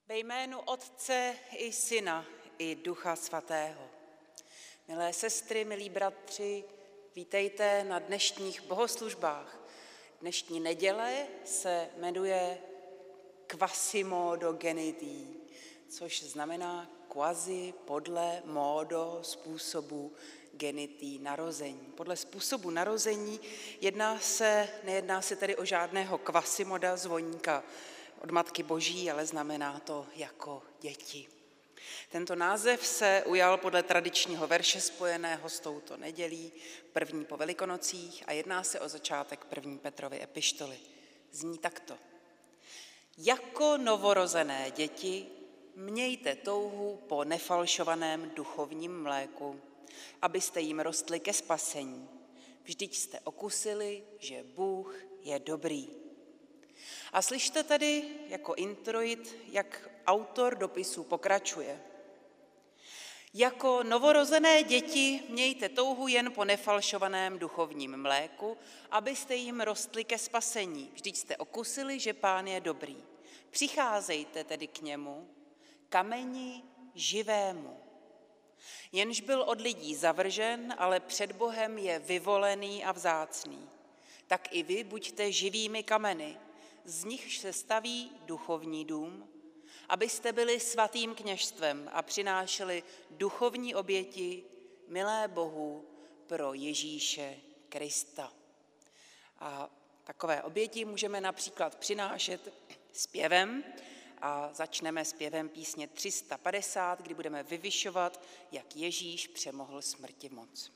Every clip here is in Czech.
Ve jménu Otce i Syna i Ducha Svatého. Milé sestry, milí bratři, vítejte na dnešních bohoslužbách. Dnešní neděle se jmenuje Quasimodogenití, což znamená quasi, podle, modo, způsobu, genití, narození. Podle způsobu narození nejedná se tedy o žádného Quasimoda, zvoníka od Matky Boží, ale znamená to jako děti. Tento název se ujal podle tradičního verše spojeného s touto nedělí, první po Velikonocích, a jedná se o začátek první Petrovy epištoly. Zní takto. Jako novorozené děti mějte touhu po nefalšovaném duchovním mléku, abyste jim rostli ke spasení. Vždyť jste okusili, že Bůh je dobrý. A slyšte tady jako introit, jak autor dopisu pokračuje. Jako novorozené děti mějte touhu jen po nefalšovaném duchovním mléku, abyste jim rostli ke spasení. Vždyť jste okusili, že Pán je dobrý. Přicházejte tedy k němu, kameni živému. Jenž byl od lidí zavržen, ale před Bohem je vyvolený a vzácný. Tak i vy buďte živými kameny, z nichž se staví duchovní dům, abyste byli svatým kněžstvem a přinášeli duchovní oběti milé Bohu pro Ježíše Krista. A takové oběti můžeme například přinášet zpěvem a začneme zpěvem písně 350, kdy budeme vyvyšovat, jak Ježíš přemohl smrti moc.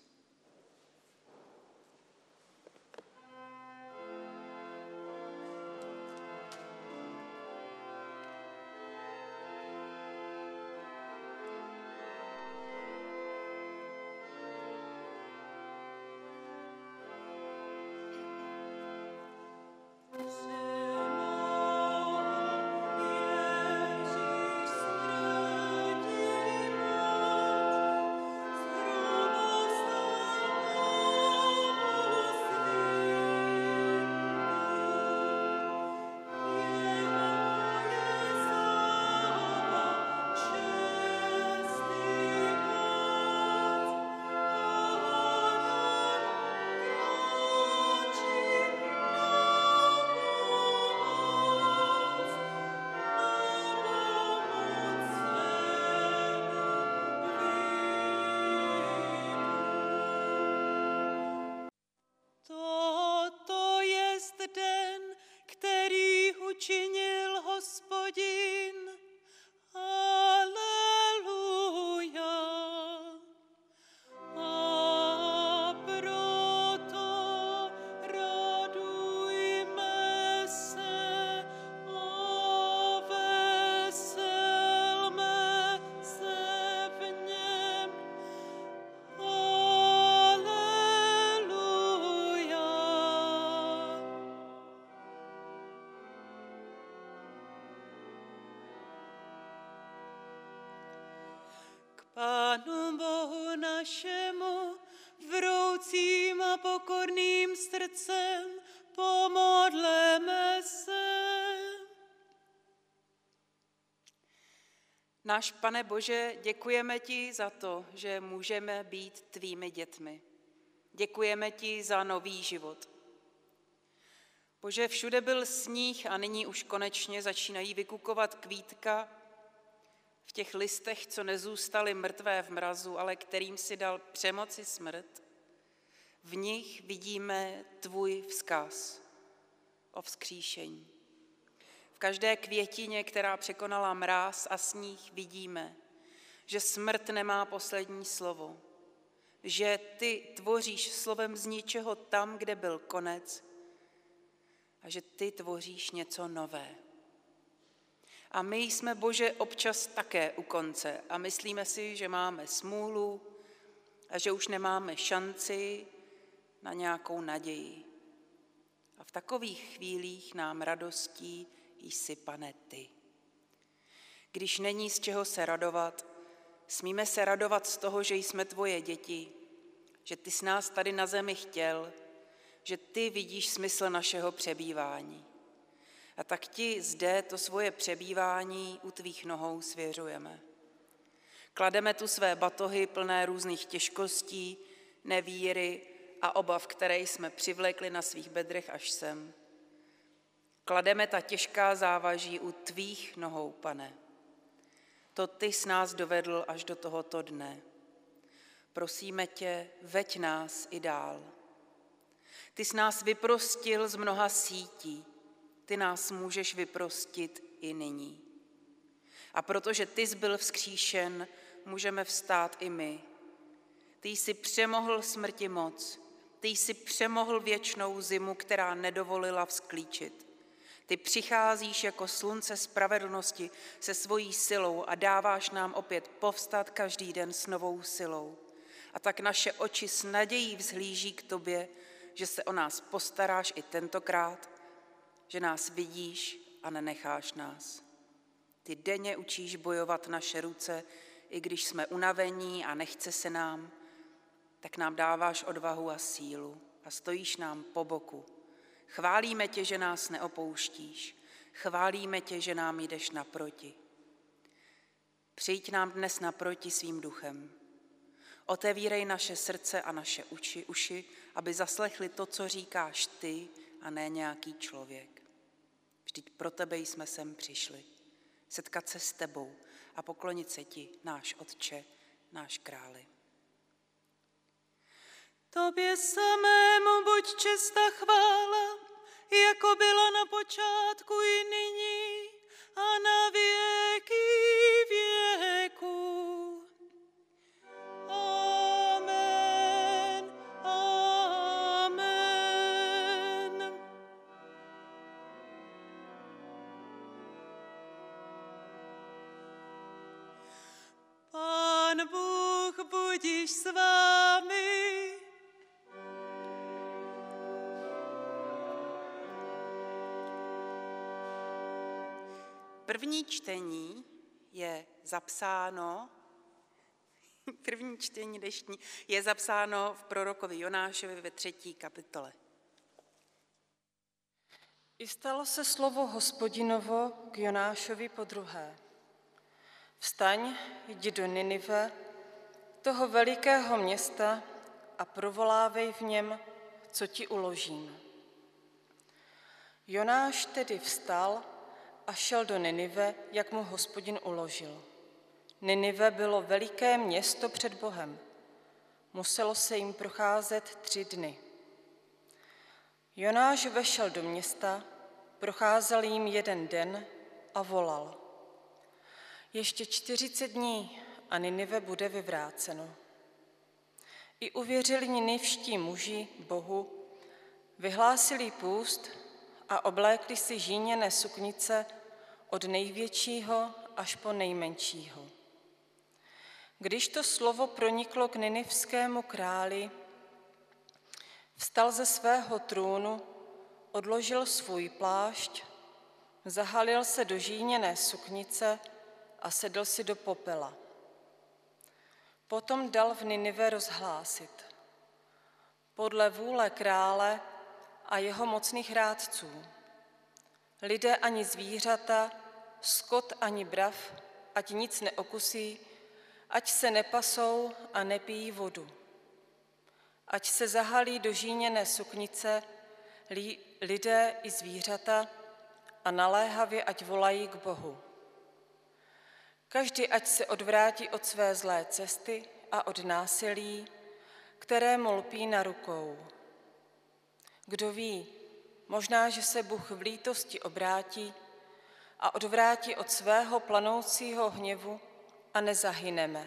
Učinil Hospodin, aleluja. A proto radujme se a veselme se v něm. Pánu Bohu našemu, vroucím a pokorným srdcem, pomodleme se. Náš Pane Bože, děkujeme ti za to, že můžeme být tvými dětmi. Děkujeme ti za nový život. Bože, všude byl sníh a nyní už konečně začínají vykukovat kvítka v těch listech, co nezůstaly mrtvé v mrazu, ale kterým si dal přemoci smrt. V nich vidíme tvůj vzkaz o vzkříšení. V každé květině, která překonala mráz a sníh, vidíme, že smrt nemá poslední slovo, že ty tvoříš slovem z ničeho tam, kde byl konec, a že ty tvoříš něco nové. A my jsme, Bože, občas také u konce a myslíme si, že máme smůlu a že už nemáme šanci na nějakou naději. A v takových chvílích nám radostí jsi, Pane, ty. Když není z čeho se radovat, smíme se radovat z toho, že jsme tvoje děti, že ty jsi nás tady na zemi chtěl, že ty vidíš smysl našeho přebývání. A tak ti zde to svoje přebývání u tvých nohou svěřujeme. Klademe tu své batohy plné různých těžkostí, nevíry a obav, které jsme přivlekli na svých bedrech až sem. Klademe ta těžká závaží u tvých nohou, Pane. To ty s nás dovedl až do tohoto dne. Prosíme tě, veď nás i dál. Ty jsi nás vyprostil z mnoha sítí, ty nás můžeš vyprostit i nyní. A protože ty jsi byl vzkříšen, můžeme vstát i my. Ty jsi přemohl smrti moc, ty jsi přemohl věčnou zimu, která nedovolila vzklíčit. Ty přicházíš jako slunce spravedlnosti se svojí silou a dáváš nám opět povstat každý den s novou silou. A tak naše oči s nadějí vzhlíží k tobě, že se o nás postaráš i tentokrát, že nás vidíš a nenecháš nás. Ty denně učíš bojovat naše ruce, i když jsme unavení a nechce se nám, tak nám dáváš odvahu a sílu a stojíš nám po boku. Chválíme tě, že nás neopouštíš. Chválíme tě, že nám jdeš naproti. Přijď nám dnes naproti svým duchem. Otevírej naše srdce a naše uši, aby zaslechli to, co říkáš ty a ne nějaký člověk. Vždyť pro tebe jsme sem přišli. Setkat se s tebou a poklonit se ti, náš Otče, náš Králi. Tobě samému buď čest a chvála, jako byla na počátku i nyní a na věky věků. Amen, amen. Pán Bůh budiž s vámi. První čtení dnešní je zapsáno v prorokovi Jonášovi ve 3. kapitole. I stalo se slovo Hospodinovo k Jonášovi podruhé. Vstaň, jdi do Ninive, toho velikého města, a provolávej v něm, co ti uložím. Jonáš tedy vstal a šel do Ninive, jak mu Hospodin uložil. Ninive bylo veliké město před Bohem. Muselo se jim procházet 3 dny. Jonáš vešel do města, procházel jim 1 den a volal. Ještě 40 dní a Ninive bude vyvráceno. I uvěřili ninivští muži Bohu, vyhlásili půst a oblékli si žíněné suknice od největšího až po nejmenšího. Když to slovo proniklo k ninivskému králi, vstal ze svého trůnu, odložil svůj plášť, zahalil se do žíněné suknice a sedl si do popela. Potom dal v Ninive rozhlásit: podle vůle krále a jeho mocných rádců. Lidé ani zvířata, skot ani brav, ať nic neokusí, ať se nepasou a nepijí vodu. Ať se zahalí do žíněné suknice lidé i zvířata a naléhavě ať volají k Bohu. Každý ať se odvrátí od své zlé cesty a od násilí, kterému lpí na rukou. Kdo ví, možná, že se Bůh v lítosti obrátí a odvrátí od svého planoucího hněvu a nezahyneme.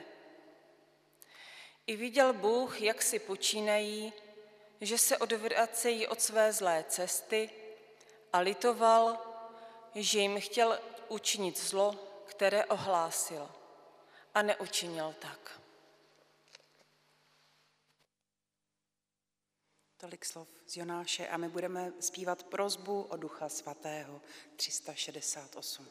I viděl Bůh, jak si počínají, že se odvracejí od své zlé cesty, a litoval, že jim chtěl učinit zlo, které ohlásil, a neučinil tak. Tolik slov z Jonáše a my budeme zpívat prosbu o Ducha Svatého 368.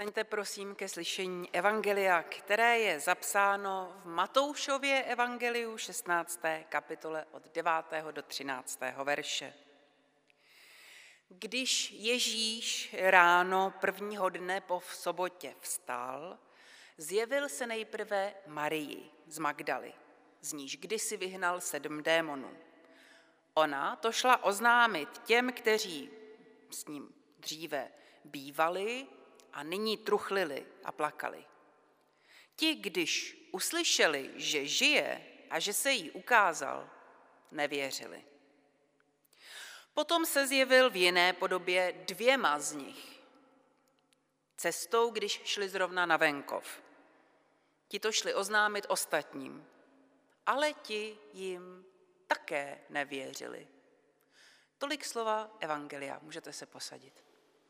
Staňte prosím ke slyšení evangelia, které je zapsáno v Matoušově evangeliu 16. kapitole od 9. do 13. verše. Když Ježíš ráno prvního dne po sobotě vstal, zjevil se nejprve Marii z Magdaly, z níž kdysi vyhnal 7 démonů. Ona to šla oznámit těm, kteří s ním dříve bývali a nyní truchlili a plakali. Ti, když uslyšeli, že žije a že se jí ukázal, nevěřili. Potom se zjevil v jiné podobě 2 z nich. Cestou, když šli zrovna na venkov. Ti to šli oznámit ostatním, ale ti jim také nevěřili. Tolik slova evangelia, můžete se posadit.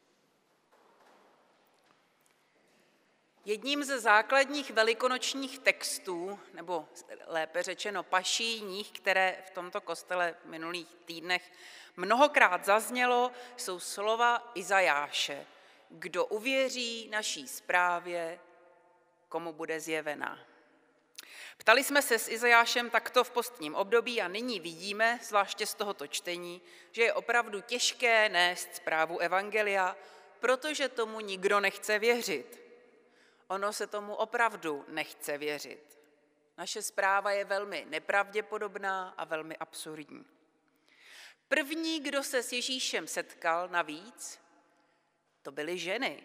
Jedním ze základních velikonočních textů, nebo lépe řečeno pašijních, které v tomto kostele v minulých týdnech mnohokrát zaznělo, jsou slova Izajáše. Kdo uvěří naší zprávě, komu bude zjevena. Ptali jsme se s Izajášem takto v postním období a nyní vidíme, zvláště z tohoto čtení, že je opravdu těžké nést zprávu evangelia, protože tomu nikdo nechce věřit. Ono se tomu opravdu nechce věřit. Naše zpráva je velmi nepravděpodobná a velmi absurdní. První, kdo se s Ježíšem setkal navíc, to byly ženy.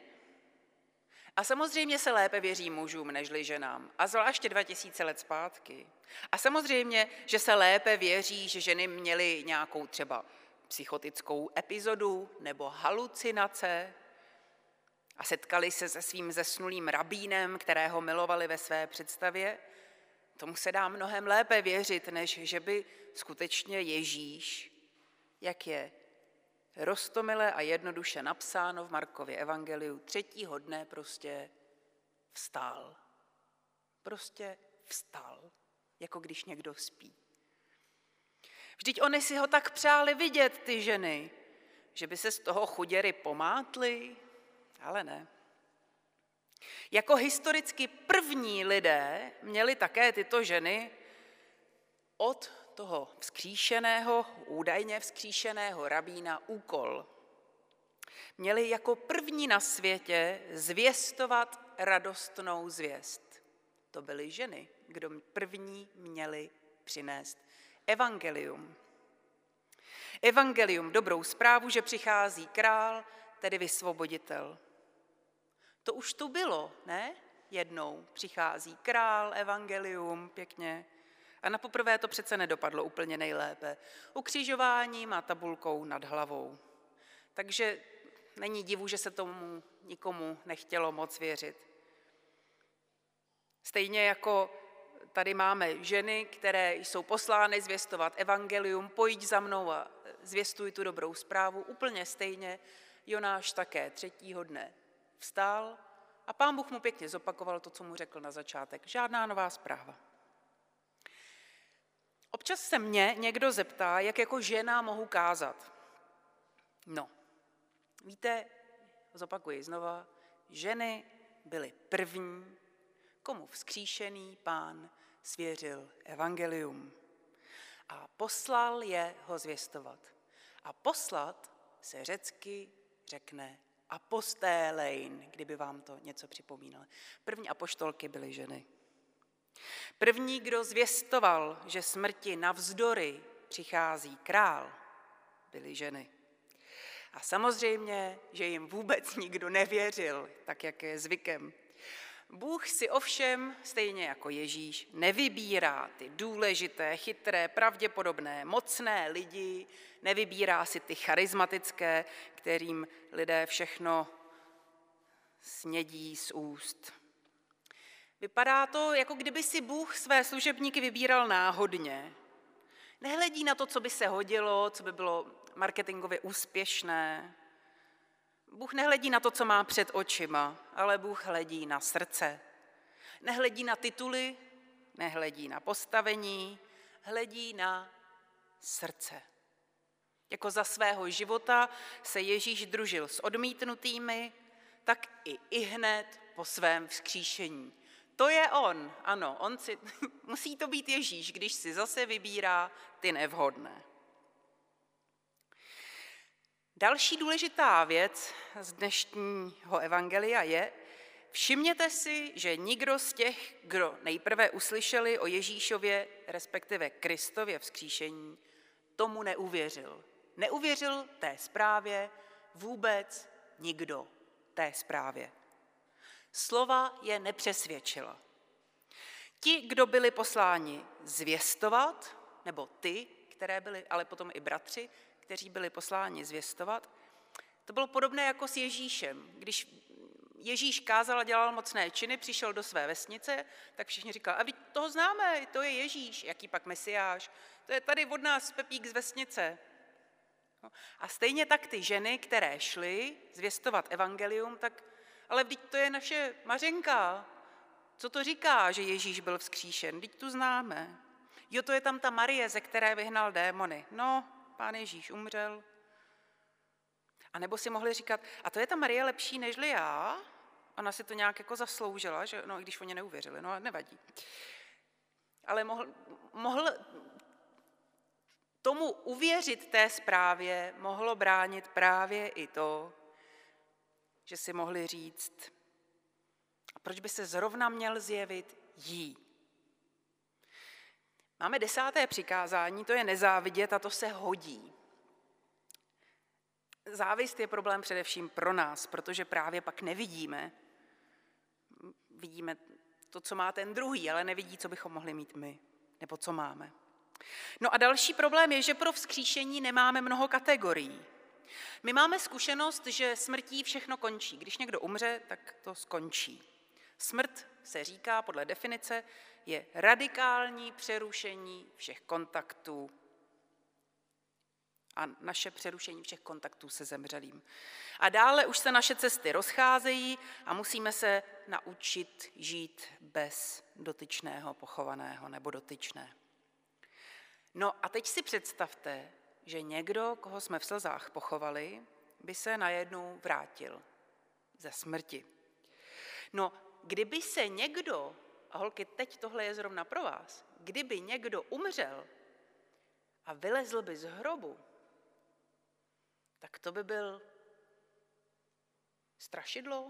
A samozřejmě se lépe věří mužům nežli ženám, a zvláště 2000 let zpátky. A samozřejmě, že se lépe věří, že ženy měly nějakou třeba psychotickou epizodu nebo halucinace a setkali se se svým zesnulým rabínem, kterého milovali ve své představě. Tomu se dá mnohem lépe věřit, než že by skutečně Ježíš, jak je roztomile a jednoduše napsáno v Markově evangeliu, 3. dne prostě vstal. Prostě vstal, jako když někdo spí. Vždyť oni si ho tak přáli vidět, ty ženy, že by se z toho chuděry pomátly, ale ne. Jako historicky první lidé měli také tyto ženy od toho vzkříšeného, údajně vzkříšeného rabína úkol. Měli jako první na světě zvěstovat radostnou zvěst. To byly ženy, kdo první měli přinést evangelium. Evangelium, dobrou zprávu, že přichází král, tedy vysvoboditel. To už tu bylo, ne? Jednou přichází král, evangelium, pěkně. A na poprvé to přece nedopadlo úplně nejlépe. Ukřižováním a tabulkou nad hlavou. Takže není divu, že se tomu nikomu nechtělo moc věřit. Stejně jako tady máme ženy, které jsou poslány zvěstovat evangelium, pojď za mnou a zvěstuj tu dobrou zprávu. Úplně stejně Jonáš také 3. dne vstál a Pán Bůh mu pěkně zopakoval to, co mu řekl na začátek. Žádná nová zpráva. Občas se mě někdo zeptá, jak jako žena mohu kázat. No, víte, zopakuji znova, ženy byly první, komu vzkříšený Pán svěřil evangelium a poslal je ho zvěstovat. A poslat se řecky řekne apostélein, kdyby vám to něco připomínalo. První apoštolky byly ženy. První, kdo zvěstoval, že smrti navzdory přichází král, byly ženy. A samozřejmě, že jim vůbec nikdo nevěřil, tak jak je zvykem. Bůh si ovšem, stejně jako Ježíš, nevybírá ty důležité, chytré, pravděpodobné, mocné lidi, nevybírá si ty charismatické, kterým lidé všechno snědí z úst. Vypadá to, jako kdyby si Bůh své služebníky vybíral náhodně. Nehledí na to, co by se hodilo, co by bylo marketingově úspěšné. Bůh nehledí na to, co má před očima, ale Bůh hledí na srdce. Nehledí na tituly, nehledí na postavení, hledí na srdce. Jako za svého života se Ježíš družil s odmítnutými, tak i ihned po svém vzkříšení. To je on, ano, musí to být Ježíš, když si zase vybírá ty nevhodné. Další důležitá věc z dnešního evangelia je, všimněte si, že nikdo z těch, kdo nejprve uslyšeli o Ježíšově, respektive Kristově vzkříšení, tomu neuvěřil. Neuvěřil té zprávě vůbec nikdo té zprávě. Slova je nepřesvědčila. Ti, kdo byli posláni zvěstovat, nebo ty, které byli, ale potom i bratři, kteří byli posláni zvěstovat, to bylo podobné jako s Ježíšem. Když Ježíš kázal a dělal mocné činy, přišel do své vesnice, tak všichni říkali, a vy toho známe, to je Ježíš, jaký pak mesiáš, to je tady od nás Pepík z vesnice. A stejně tak ty ženy, které šly zvěstovat evangelium, tak ale vždyť to je naše Mařenka. Co to říká, že Ježíš byl vzkříšen? Vždyť tu známe. Jo, to je tam ta Marie, ze které vyhnal démony. No, Pán Ježíš umřel. A nebo si mohli říkat, a to je ta Marie lepší nežli já? Ona si to nějak jako zasloužila, že? No, i když oni neuvěřili, no nevadí. Ale mohl tomu uvěřit té zprávě mohlo bránit právě i to, že si mohli říct, a proč by se zrovna měl zjevit jí? Máme 10. přikázání, to je nezávidět a to se hodí. Závist je problém především pro nás, protože právě pak nevidíme. Vidíme to, co má ten druhý, ale nevidí, co bychom mohli mít my, nebo co máme. No a další problém je, že pro vzkříšení nemáme mnoho kategorií. My máme zkušenost, že smrtí všechno končí. Když někdo umře, tak to skončí. Smrt se říká podle definice, je radikální přerušení všech kontaktů a naše přerušení všech kontaktů se zemřelým. A dále už se naše cesty rozcházejí a musíme se naučit žít bez dotyčného pochovaného nebo dotyčné. No a teď si představte, že někdo, koho jsme v slzách pochovali, by se najednou vrátil ze smrti. No, kdyby se někdo, a holky, teď tohle je zrovna pro vás, kdyby někdo umřel a vylezl by z hrobu, tak to by byl strašidlo?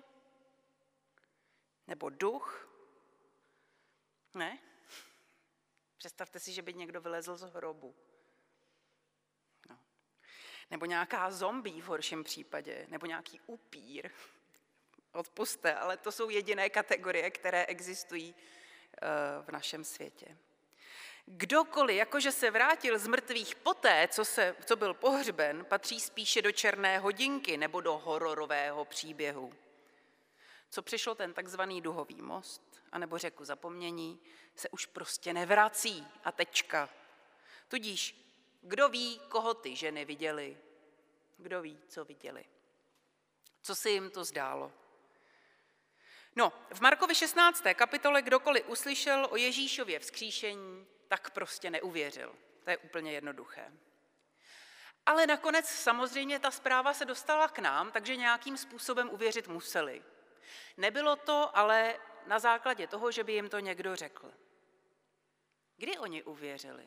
Nebo duch? Ne? Představte si, že by někdo vylezl z hrobu. No. Nebo nějaká zombie v horším případě, nebo nějaký upír. Odpusťte, ale to jsou jediné kategorie, které existují v našem světě. Kdokoliv, jakože se vrátil z mrtvých poté, co byl pohřben, patří spíše do černé hodinky nebo do hororového příběhu. Co přišlo ten takzvaný duhový most, anebo řeku zapomnění, se už prostě nevrací a tečka. Tudíž, kdo ví, koho ty ženy viděly? Kdo ví, co viděli? Co se jim to zdálo? No, v Markovi 16. kapitole kdokoliv uslyšel o Ježíšově vzkříšení, tak prostě neuvěřil. To je úplně jednoduché. Ale nakonec samozřejmě ta zpráva se dostala k nám, takže nějakým způsobem uvěřit museli. Nebylo to ale na základě toho, že by jim to někdo řekl. Kdy oni uvěřili?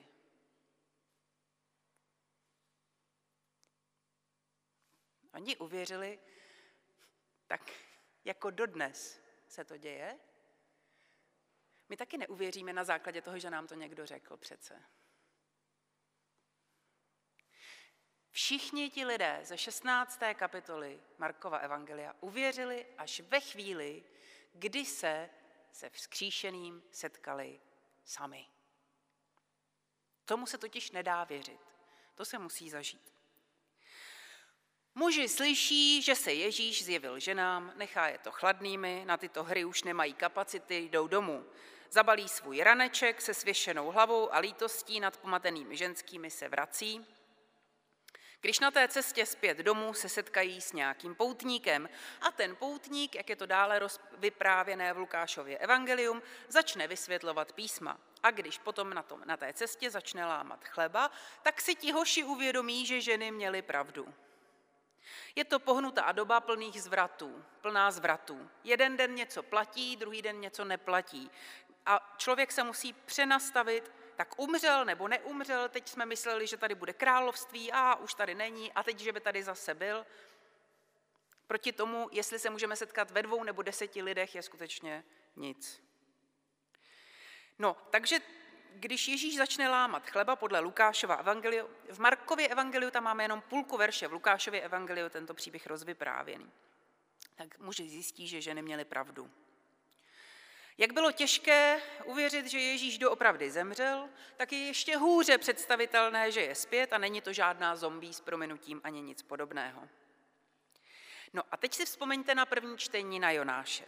Oni uvěřili tak, jako dodnes se to děje. My taky neuvěříme na základě toho, že nám to někdo řekl přece. Všichni ti lidé ze 16. kapitoly Markova evangelia uvěřili až ve chvíli, kdy se vzkříšeným setkali sami. Tomu se totiž nedá věřit. To se musí zažít. Muži slyší, že se Ježíš zjevil ženám, nechá je to chladnými, na tyto hry už nemají kapacity, jdou domů. Zabalí svůj raneček se svěšenou hlavou a lítostí nad pomatenými ženskými se vrací. Když na té cestě zpět domů se setkají s nějakým poutníkem a ten poutník, jak je to dále vyprávěné v Lukášově evangelium, začne vysvětlovat písma. A když potom na té cestě začne lámat chleba, tak si ti hoši uvědomí, že ženy měly pravdu. Je to pohnutá doba plná zvratů. Jeden den něco platí, druhý den něco neplatí. A člověk se musí přenastavit, tak umřel nebo neumřel, teď jsme mysleli, že tady bude království, a už tady není, a teď, že by tady zase byl. Proti tomu, jestli se můžeme setkat ve 2 nebo 10 lidech, je skutečně nic. No, takže když Ježíš začne lámat chleba podle Lukášova evangeliu, v Markově evangeliu tam máme jenom půlku verše, v Lukášově evangeliu tento příběh rozvyprávěný. Tak muži zjistí, že ženy měly pravdu. Jak bylo těžké uvěřit, že Ježíš doopravdy zemřel, tak je ještě hůře představitelné, že je zpět a není to žádná zombie s prominutím ani nic podobného. No a teď si vzpomeňte na první čtení na Jonáše.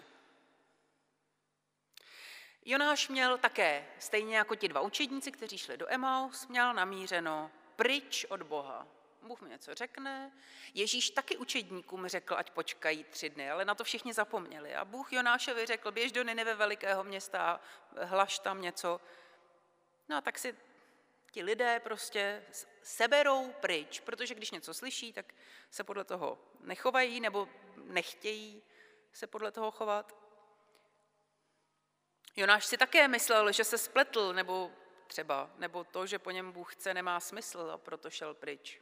Jonáš měl také, stejně jako ti 2 učedníci, kteří šli do Emaus, měl namířeno pryč od Boha. Bůh mi něco řekne. Ježíš taky učedníkům řekl, ať počkají 3 dny, ale na to všichni zapomněli. A Bůh Jonášovi řekl, běž do Ninive, velikého města, a hlaš tam něco. No a tak si ti lidé prostě seberou pryč, protože když něco slyší, tak se podle toho nechovají nebo nechtějí se podle toho chovat. Jonáš si také myslel, že se spletl, nebo to, že po něm Bůh chce, nemá smysl, a proto šel pryč.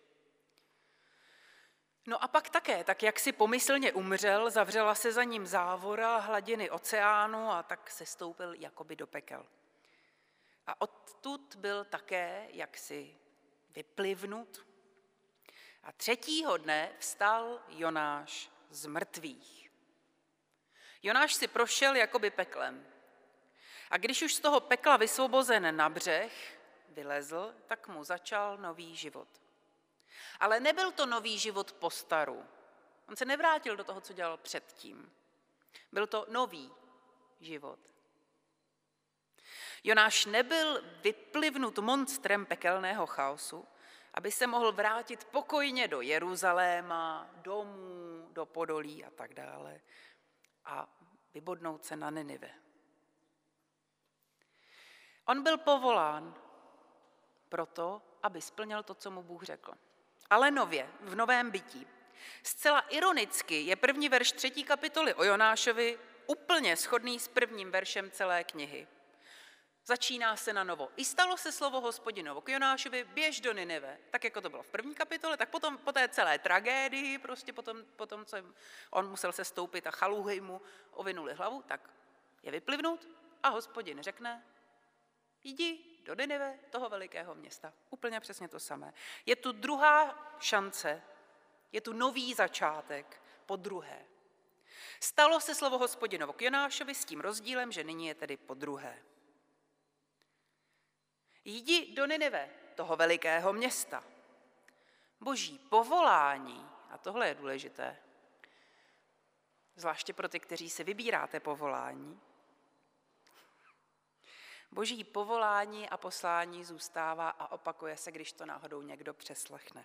No a pak také, tak jak si pomyslně umřel, zavřela se za ním závora hladiny oceánu a tak se stoupil jakoby do pekel. A odtud byl také jaksi vyplivnut. A 3. dne vstal Jonáš z mrtvých. Jonáš si prošel jakoby peklem. A když už z toho pekla vysvobozen na břeh vylezl, tak mu začal nový život. Ale nebyl to nový život po staru. On se nevrátil do toho, co dělal předtím. Byl to nový život. Jonáš nebyl vyplivnut monstrem pekelného chaosu, aby se mohl vrátit pokojně do Jeruzaléma, domů, do Podolí a tak dále a vybodnout se na Ninive. On byl povolán proto, aby splnil to, co mu Bůh řekl. Ale nově, v novém bytí. Zcela ironicky je 1. verš 3. kapitoly o Jonášovi úplně shodný s 1. veršem celé knihy. Začíná se na novo. I stalo se slovo Hospodinovo k Jonášovi, běž do Ninive. Tak jako to bylo v 1. kapitole, tak potom po té celé tragédii, prostě potom, co on musel se stoupit a chaluhy mu ovinuli hlavu, tak je vyplivnout a Hospodin řekne, jdi do Ninive, toho velikého města. Úplně přesně to samé. Je tu druhá šance, je tu nový začátek, po druhé. Stalo se slovo Hospodinovo k Jonášovi s tím rozdílem, že nyní je tedy po druhé. Jdi do Ninive, toho velikého města. Boží povolání, a tohle je důležité, zvláště pro ty, kteří si vybíráte povolání, Boží povolání a poslání zůstává a opakuje se, když to náhodou někdo přeslechne.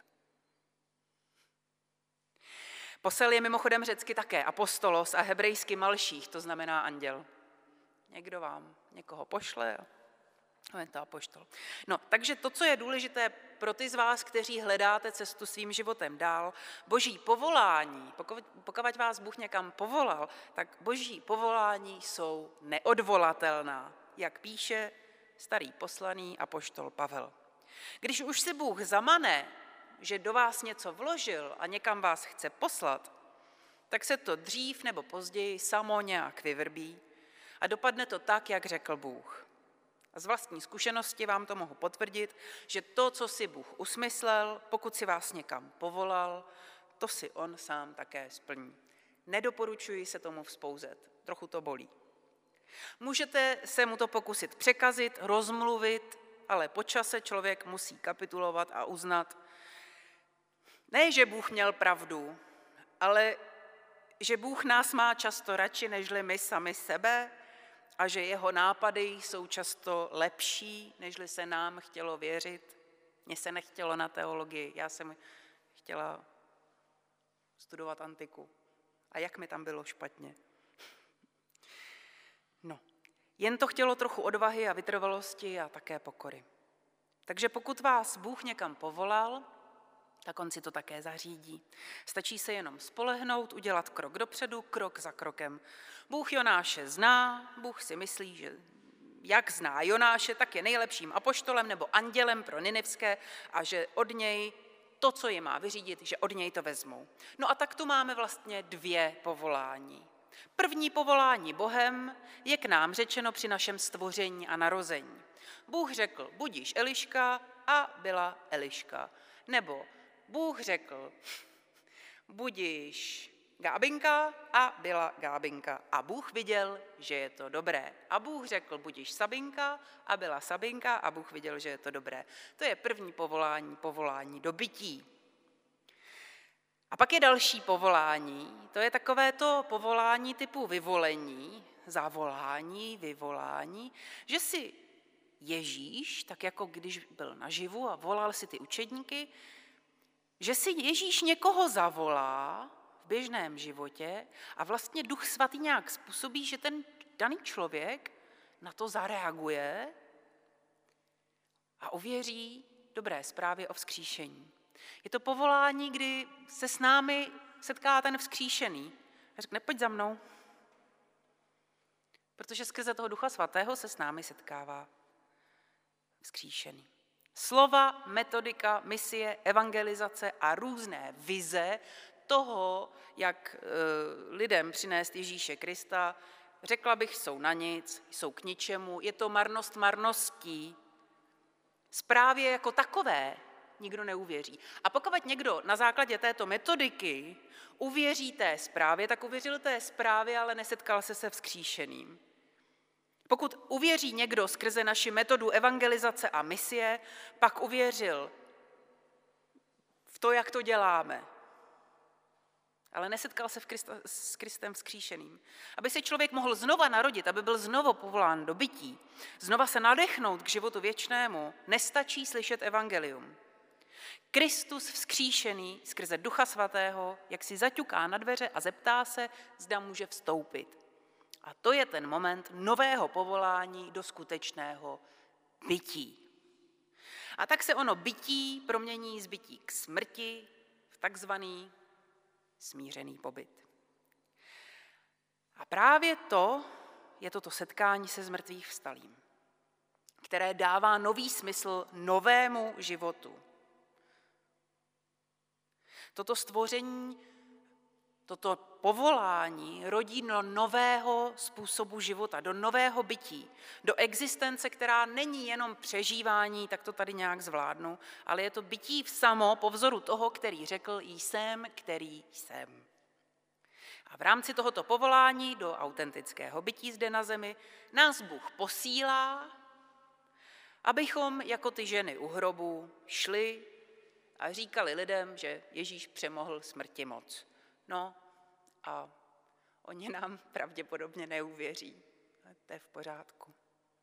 Posel je mimochodem řecky také apostolos a hebrejsky malších, to znamená anděl. Někdo vám někoho pošle a je to apoštol. No, takže to, co je důležité pro ty z vás, kteří hledáte cestu svým životem dál, Boží povolání, pokud vás Bůh někam povolal, tak Boží povolání jsou neodvolatelná, jak píše starý poslaný apoštol Pavel. Když už si Bůh zamane, že do vás něco vložil a někam vás chce poslat, tak se to dřív nebo později samo nějak vyvrbí a dopadne to tak, jak řekl Bůh. A z vlastní zkušenosti vám to mohu potvrdit, že to, co si Bůh usmyslel, pokud si vás někam povolal, to si on sám také splní. Nedoporučuji se tomu vzpouzet, trochu to bolí. Můžete se mu to pokusit překazit, rozmluvit, ale po čase člověk musí kapitulovat a uznat, ne, že Bůh měl pravdu, ale že Bůh nás má často radši, nežli my sami sebe a že jeho nápady jsou často lepší, nežli se nám chtělo věřit. Mně se nechtělo na teologii, já jsem chtěla studovat antiku. A jak mi tam bylo špatně. No, jen to chtělo trochu odvahy a vytrvalosti a také pokory. Takže pokud vás Bůh někam povolal, tak on si to také zařídí. Stačí se jenom spolehnout, udělat krok dopředu, krok za krokem. Bůh Jonáše zná, Bůh si myslí, že jak zná Jonáše, tak je nejlepším apoštolem nebo andělem pro Ninivské a že od něj to, co je má vyřídit, že od něj to vezmou. No a tak tu máme vlastně 2 povolání. První povolání Bohem je k nám řečeno při našem stvoření a narození. Bůh řekl, budíš Eliška a byla Eliška. Nebo Bůh řekl, budíš Gábinka a byla Gábinka. A Bůh viděl, že je to dobré. A Bůh řekl, budíš Sabinka a byla Sabinka a Bůh viděl, že je to dobré. To je první povolání do bytí. A pak je další povolání, to je takové to povolání typu vyvolení, zavolání, vyvolání, že si Ježíš, tak jako když byl naživu a volal si ty učedníky, že si Ježíš někoho zavolá v běžném životě a vlastně Duch Svatý nějak způsobí, že ten daný člověk na to zareaguje a uvěří dobré zprávě o vzkříšení. Je to povolání, kdy se s námi setká ten vzkříšený a řekne, pojď za mnou, protože skrze toho Ducha Svatého se s námi setkává vzkříšený. Slova, metodika, misie, evangelizace a různé vize toho, jak lidem přinést Ježíše Krista, řekla bych, jsou na nic, jsou k ničemu, je to marnost marností. Zprávě jako takové nikdo neuvěří. A pokud někdo na základě této metodiky uvěří té zprávě, tak uvěřil té zprávě, ale nesetkal se vzkříšeným. Pokud uvěří někdo skrze naši metodu evangelizace a misie, pak uvěřil v to, jak to děláme. Ale nesetkal se s Kristem vzkříšeným. Aby se člověk mohl znova narodit, aby byl znovu povolán do bytí, znova se nadechnout k životu věčnému, nestačí slyšet evangelium. Kristus vzkříšený skrze Ducha Svatého, jak si zaťuká na dveře a zeptá se, zda může vstoupit. A to je ten moment nového povolání do skutečného bytí. A tak se ono bytí promění z bytí k smrti v takzvaný smířený pobyt. A právě to je toto setkání se zmrtvých vstalým, které dává nový smysl novému životu. Toto stvoření, toto povolání rodí do nového způsobu života, do nového bytí, do existence, která není jenom přežívání, tak to tady nějak zvládnu, ale je to bytí samo po vzoru toho, který řekl, jsem, který jsem. A v rámci tohoto povolání do autentického bytí zde na zemi nás Bůh posílá, abychom jako ty ženy u hrobu šli a říkali lidem, že Ježíš přemohl smrti moc. No a oni nám pravděpodobně neuvěří. To je v pořádku.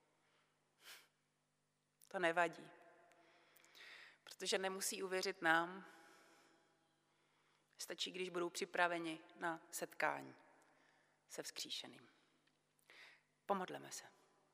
To nevadí, protože nemusí uvěřit nám. Stačí, když budou připraveni na setkání se vzkříšeným. Pomodleme se.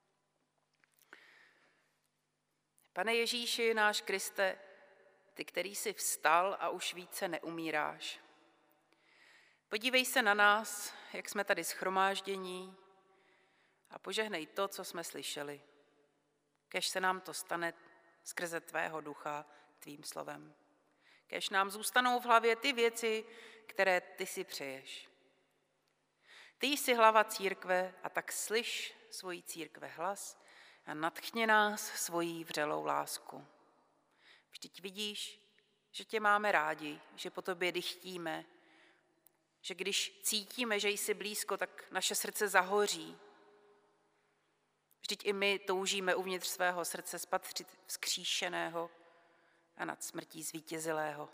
Pane Ježíši, náš Kriste, ty, který jsi vstal a už více neumíráš. Podívej se na nás, jak jsme tady shromáždění a požehnej to, co jsme slyšeli. Kéž se nám to stane skrze tvého ducha, tvým slovem. Kéž nám zůstanou v hlavě ty věci, které ty si přeješ. Ty jsi hlava církve a tak slyš svojí církve hlas a nadchni nás svojí vřelou lásku. Vždyť vidíš, že tě máme rádi, že po tobě dychtíme, že když cítíme, že jsi blízko, tak naše srdce zahoří. Vždyť i my toužíme uvnitř svého srdce spatřit vzkříšeného a nad smrtí zvítězilého.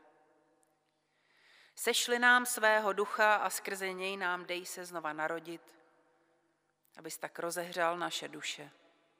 Sešli nám svého ducha a skrze něj nám dej se znova narodit, abys tak rozehřál naše duše.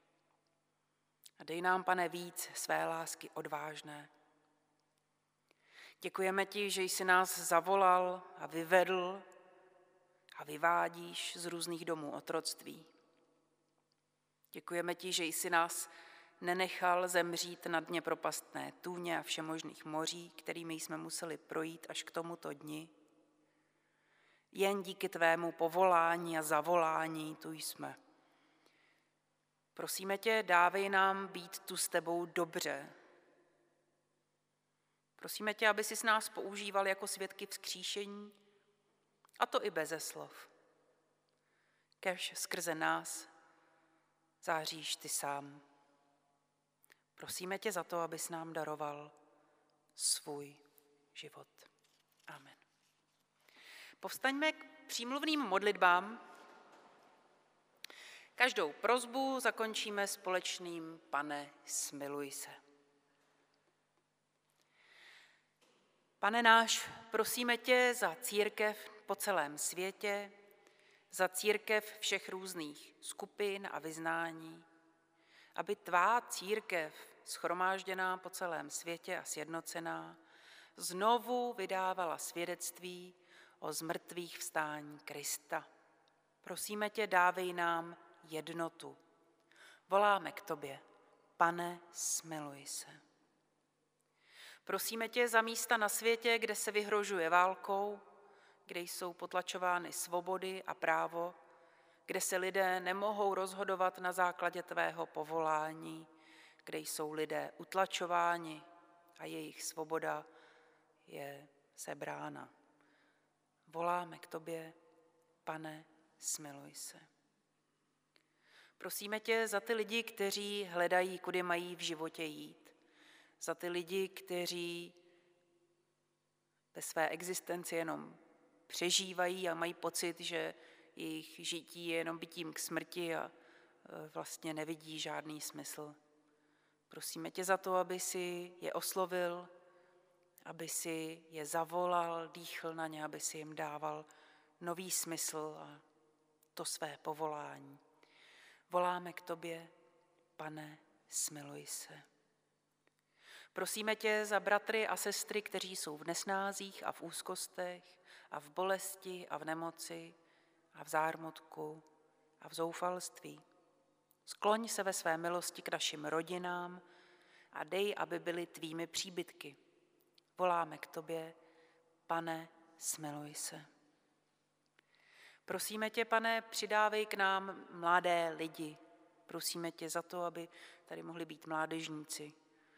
A dej nám, Pane, víc své lásky odvážné. Děkujeme ti, že jsi nás zavolal a vyvedl a vyvádíš z různých domů otroctví. Děkujeme ti, že jsi nás nenechal zemřít na dně propastné tůně a všemožných moří, kterými jsme museli projít až k tomuto dni. Jen díky tvému povolání a zavolání tu jsme. Prosíme tě, dávej nám být tu s tebou dobře. Prosíme tě, aby jsi nás používal jako svědky vzkříšení, a to i beze slov. Kéž skrze nás záříš ty sám. Prosíme tě za to, abys nám daroval svůj život. Amen. Povstaňme k přímluvným modlitbám. Každou prosbu zakončíme společným Pane, smiluj se. Pane náš, prosíme tě za církev po celém světě, za církev všech různých skupin a vyznání, aby tvá církev, shromážděná po celém světě a sjednocená, znovu vydávala svědectví o zmrtvých vstání Krista. Prosíme tě, dávej nám jednotu. Voláme k tobě, Pane, smiluj se. Prosíme tě za místa na světě, kde se vyhrožuje válkou, kde jsou potlačovány svobody a právo, kde se lidé nemohou rozhodovat na základě tvého povolání, kde jsou lidé utlačováni a jejich svoboda je sebrána. Voláme k tobě, Pane, smiluj se. Prosíme tě za ty lidi, kteří hledají, kudy mají v životě jít. Za ty lidi, kteří ve své existenci jenom přežívají a mají pocit, že jejich žití je jenom bytím k smrti a vlastně nevidí žádný smysl. Prosíme tě za to, aby si je oslovil, aby si je zavolal, dýchl na ně, aby si jim dával nový smysl a to své povolání. Voláme k tobě, Pane, smiluj se. Prosíme tě za bratry a sestry, kteří jsou v nesnázích a v úzkostech a v bolesti a v nemoci a v zármutku a v zoufalství. Skloň se ve své milosti k našim rodinám a dej, aby byly tvými příbytky. Voláme k tobě, Pane, smiluj se. Prosíme tě, Pane, přidávej k nám mladé lidi. Prosíme tě za to, aby tady mohli být mládežníci.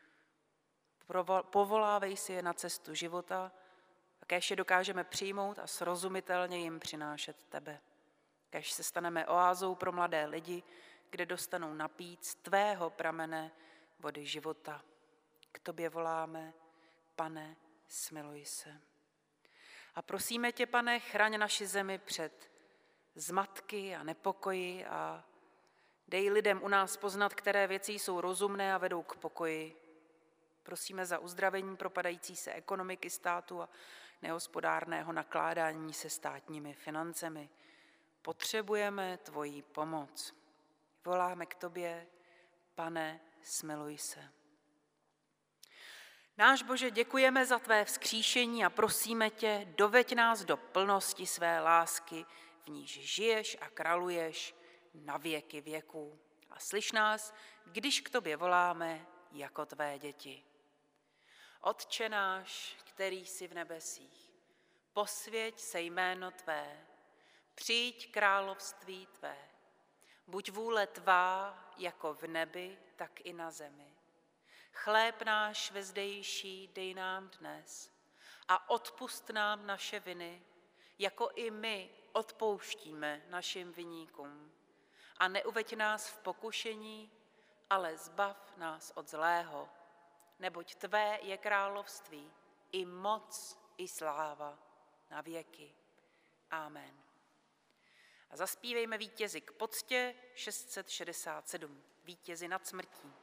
Povolávej si je na cestu života a kéž je dokážeme přijmout a srozumitelně jim přinášet tebe. Kéž se staneme oázou pro mladé lidi, kde dostanou napít z tvého pramene vody života. K tobě voláme, Pane, smiluj se. A prosíme tě, Pane, chraň naši zemi před zmatky a nepokoji a dej lidem u nás poznat, které věci jsou rozumné a vedou k pokoji. Prosíme za uzdravení propadající se ekonomiky státu a nehospodárného nakládání se státními financemi. Potřebujeme tvoji pomoc. Voláme k tobě, Pane, smiluj se. Náš Bože, děkujeme za tvé vzkříšení a prosíme tě, doveď nás do plnosti své lásky, v níž žiješ a králuješ na věky věků. A slyš nás, když k tobě voláme jako tvé děti. Otče náš, který jsi v nebesích, posvěť se jméno tvé, přijď království tvé, buď vůle tvá jako v nebi, tak i na zemi. Chléb náš vezdejší dej nám dnes a odpusť nám naše viny, jako i my odpouštíme našim viníkům. A neuveď nás v pokušení, ale zbav nás od zlého, neboť tvé je království, i moc, i sláva na věky. Amen. A zaspívejme vítězi k poctě 667, vítězi nad smrtí.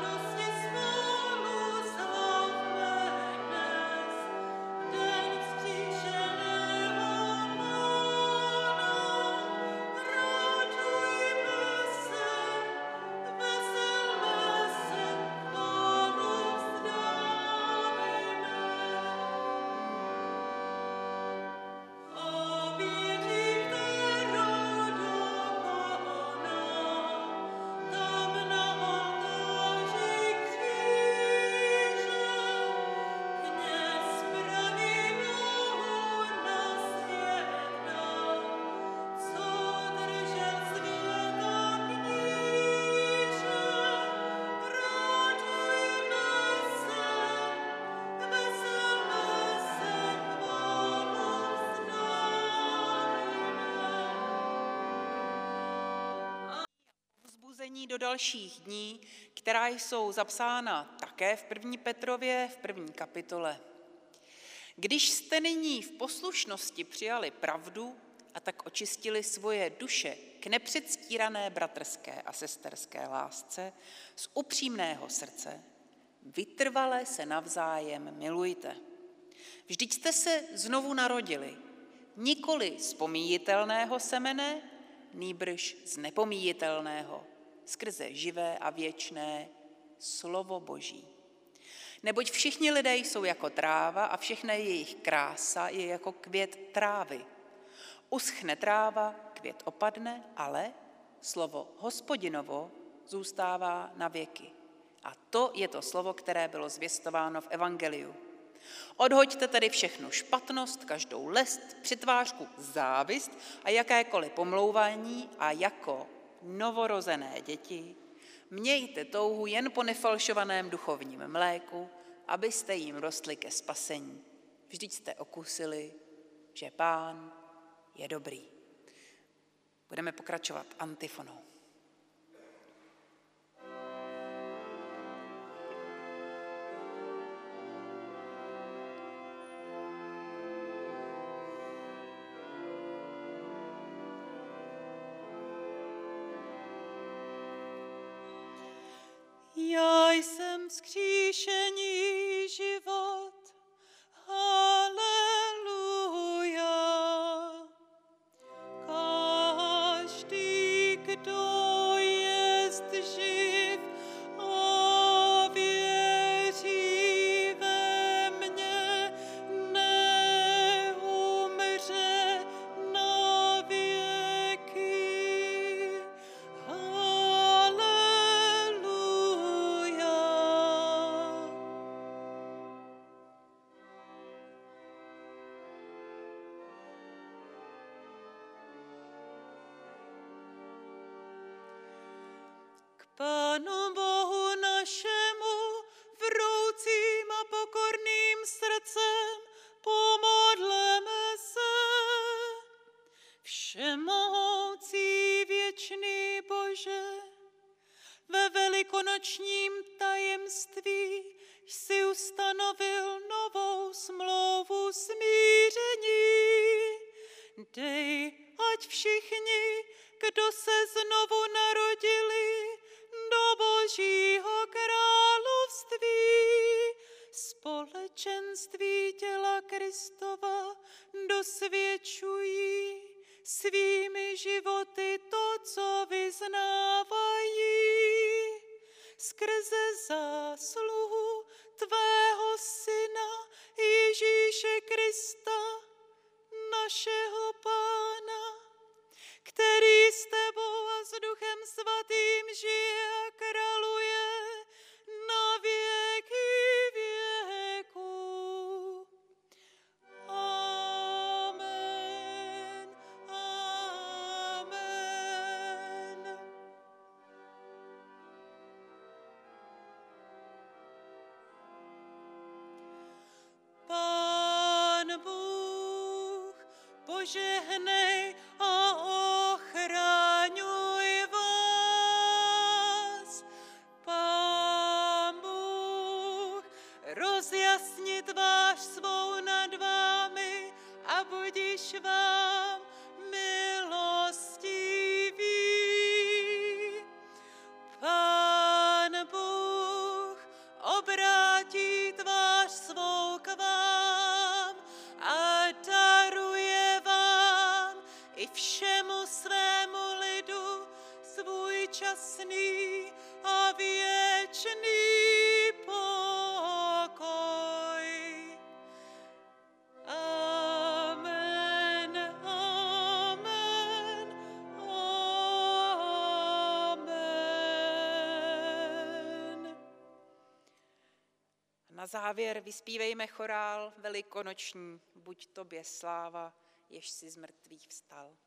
Dnes nyní do dalších dní, která jsou zapsána také v 1. Petrově, v 1. kapitole. Když jste nyní v poslušnosti přijali pravdu a tak očistili svoje duše k nepředstírané bratrské a sesterské lásce z upřímného srdce, vytrvale se navzájem milujte. Vždyť jste se znovu narodili, nikoli z pomíjitelného semene, nýbrž z nepomíjitelného, skrze živé a věčné slovo Boží. Neboť všichni lidé jsou jako tráva a všechna jejich krása je jako květ trávy. Uschne tráva, květ opadne, ale slovo Hospodinovo zůstává na věky. A to je to slovo, které bylo zvěstováno v evangeliu. Odhoďte tedy všechnu špatnost, každou lest, přitvářku, závist a jakékoliv pomlouvání a jako novorozené děti mějte touhu jen po nefalšovaném duchovním mléku, abyste jim rostli ke spasení. Vždyť jste okusili, že Pán je dobrý. Budeme pokračovat antifonou. Já jsem vzkříšení život, haleluja. Každý, kdo jest živ a věří ve mě, neumře na věky. Pánu Bohu našemu vroucím a pokorným srdcem pomodleme se. Všemohoucí věčný Bože, ve velikonočním tajemství jsi ustanovil novou smlouvu smíření. Dej, ať všichni, kdo se znovu narodili do Božího království, společenství těla Kristova dosvědčují svými životy to, co vyznávají. Skrze zásluhu tvého Syna Ježíše Krista, našeho Pána, který s tebou a s Duchem Svatým žije a králuje na věky věků. Amen. Amen. Pán Bůh požehnej a ochraňuj vás. Pán Bůh rozjasni tvář svou nad vámi a budiž vám milostivý. Pán Bůh obrátí tvář svou k vám a daruje vám i všemu svému lidu svůj časný a věčný pokoj. Amen, amen, amen. Na závěr vyspívejme chorál velikonoční, buď tobě sláva, jež si z mrtvých vstal.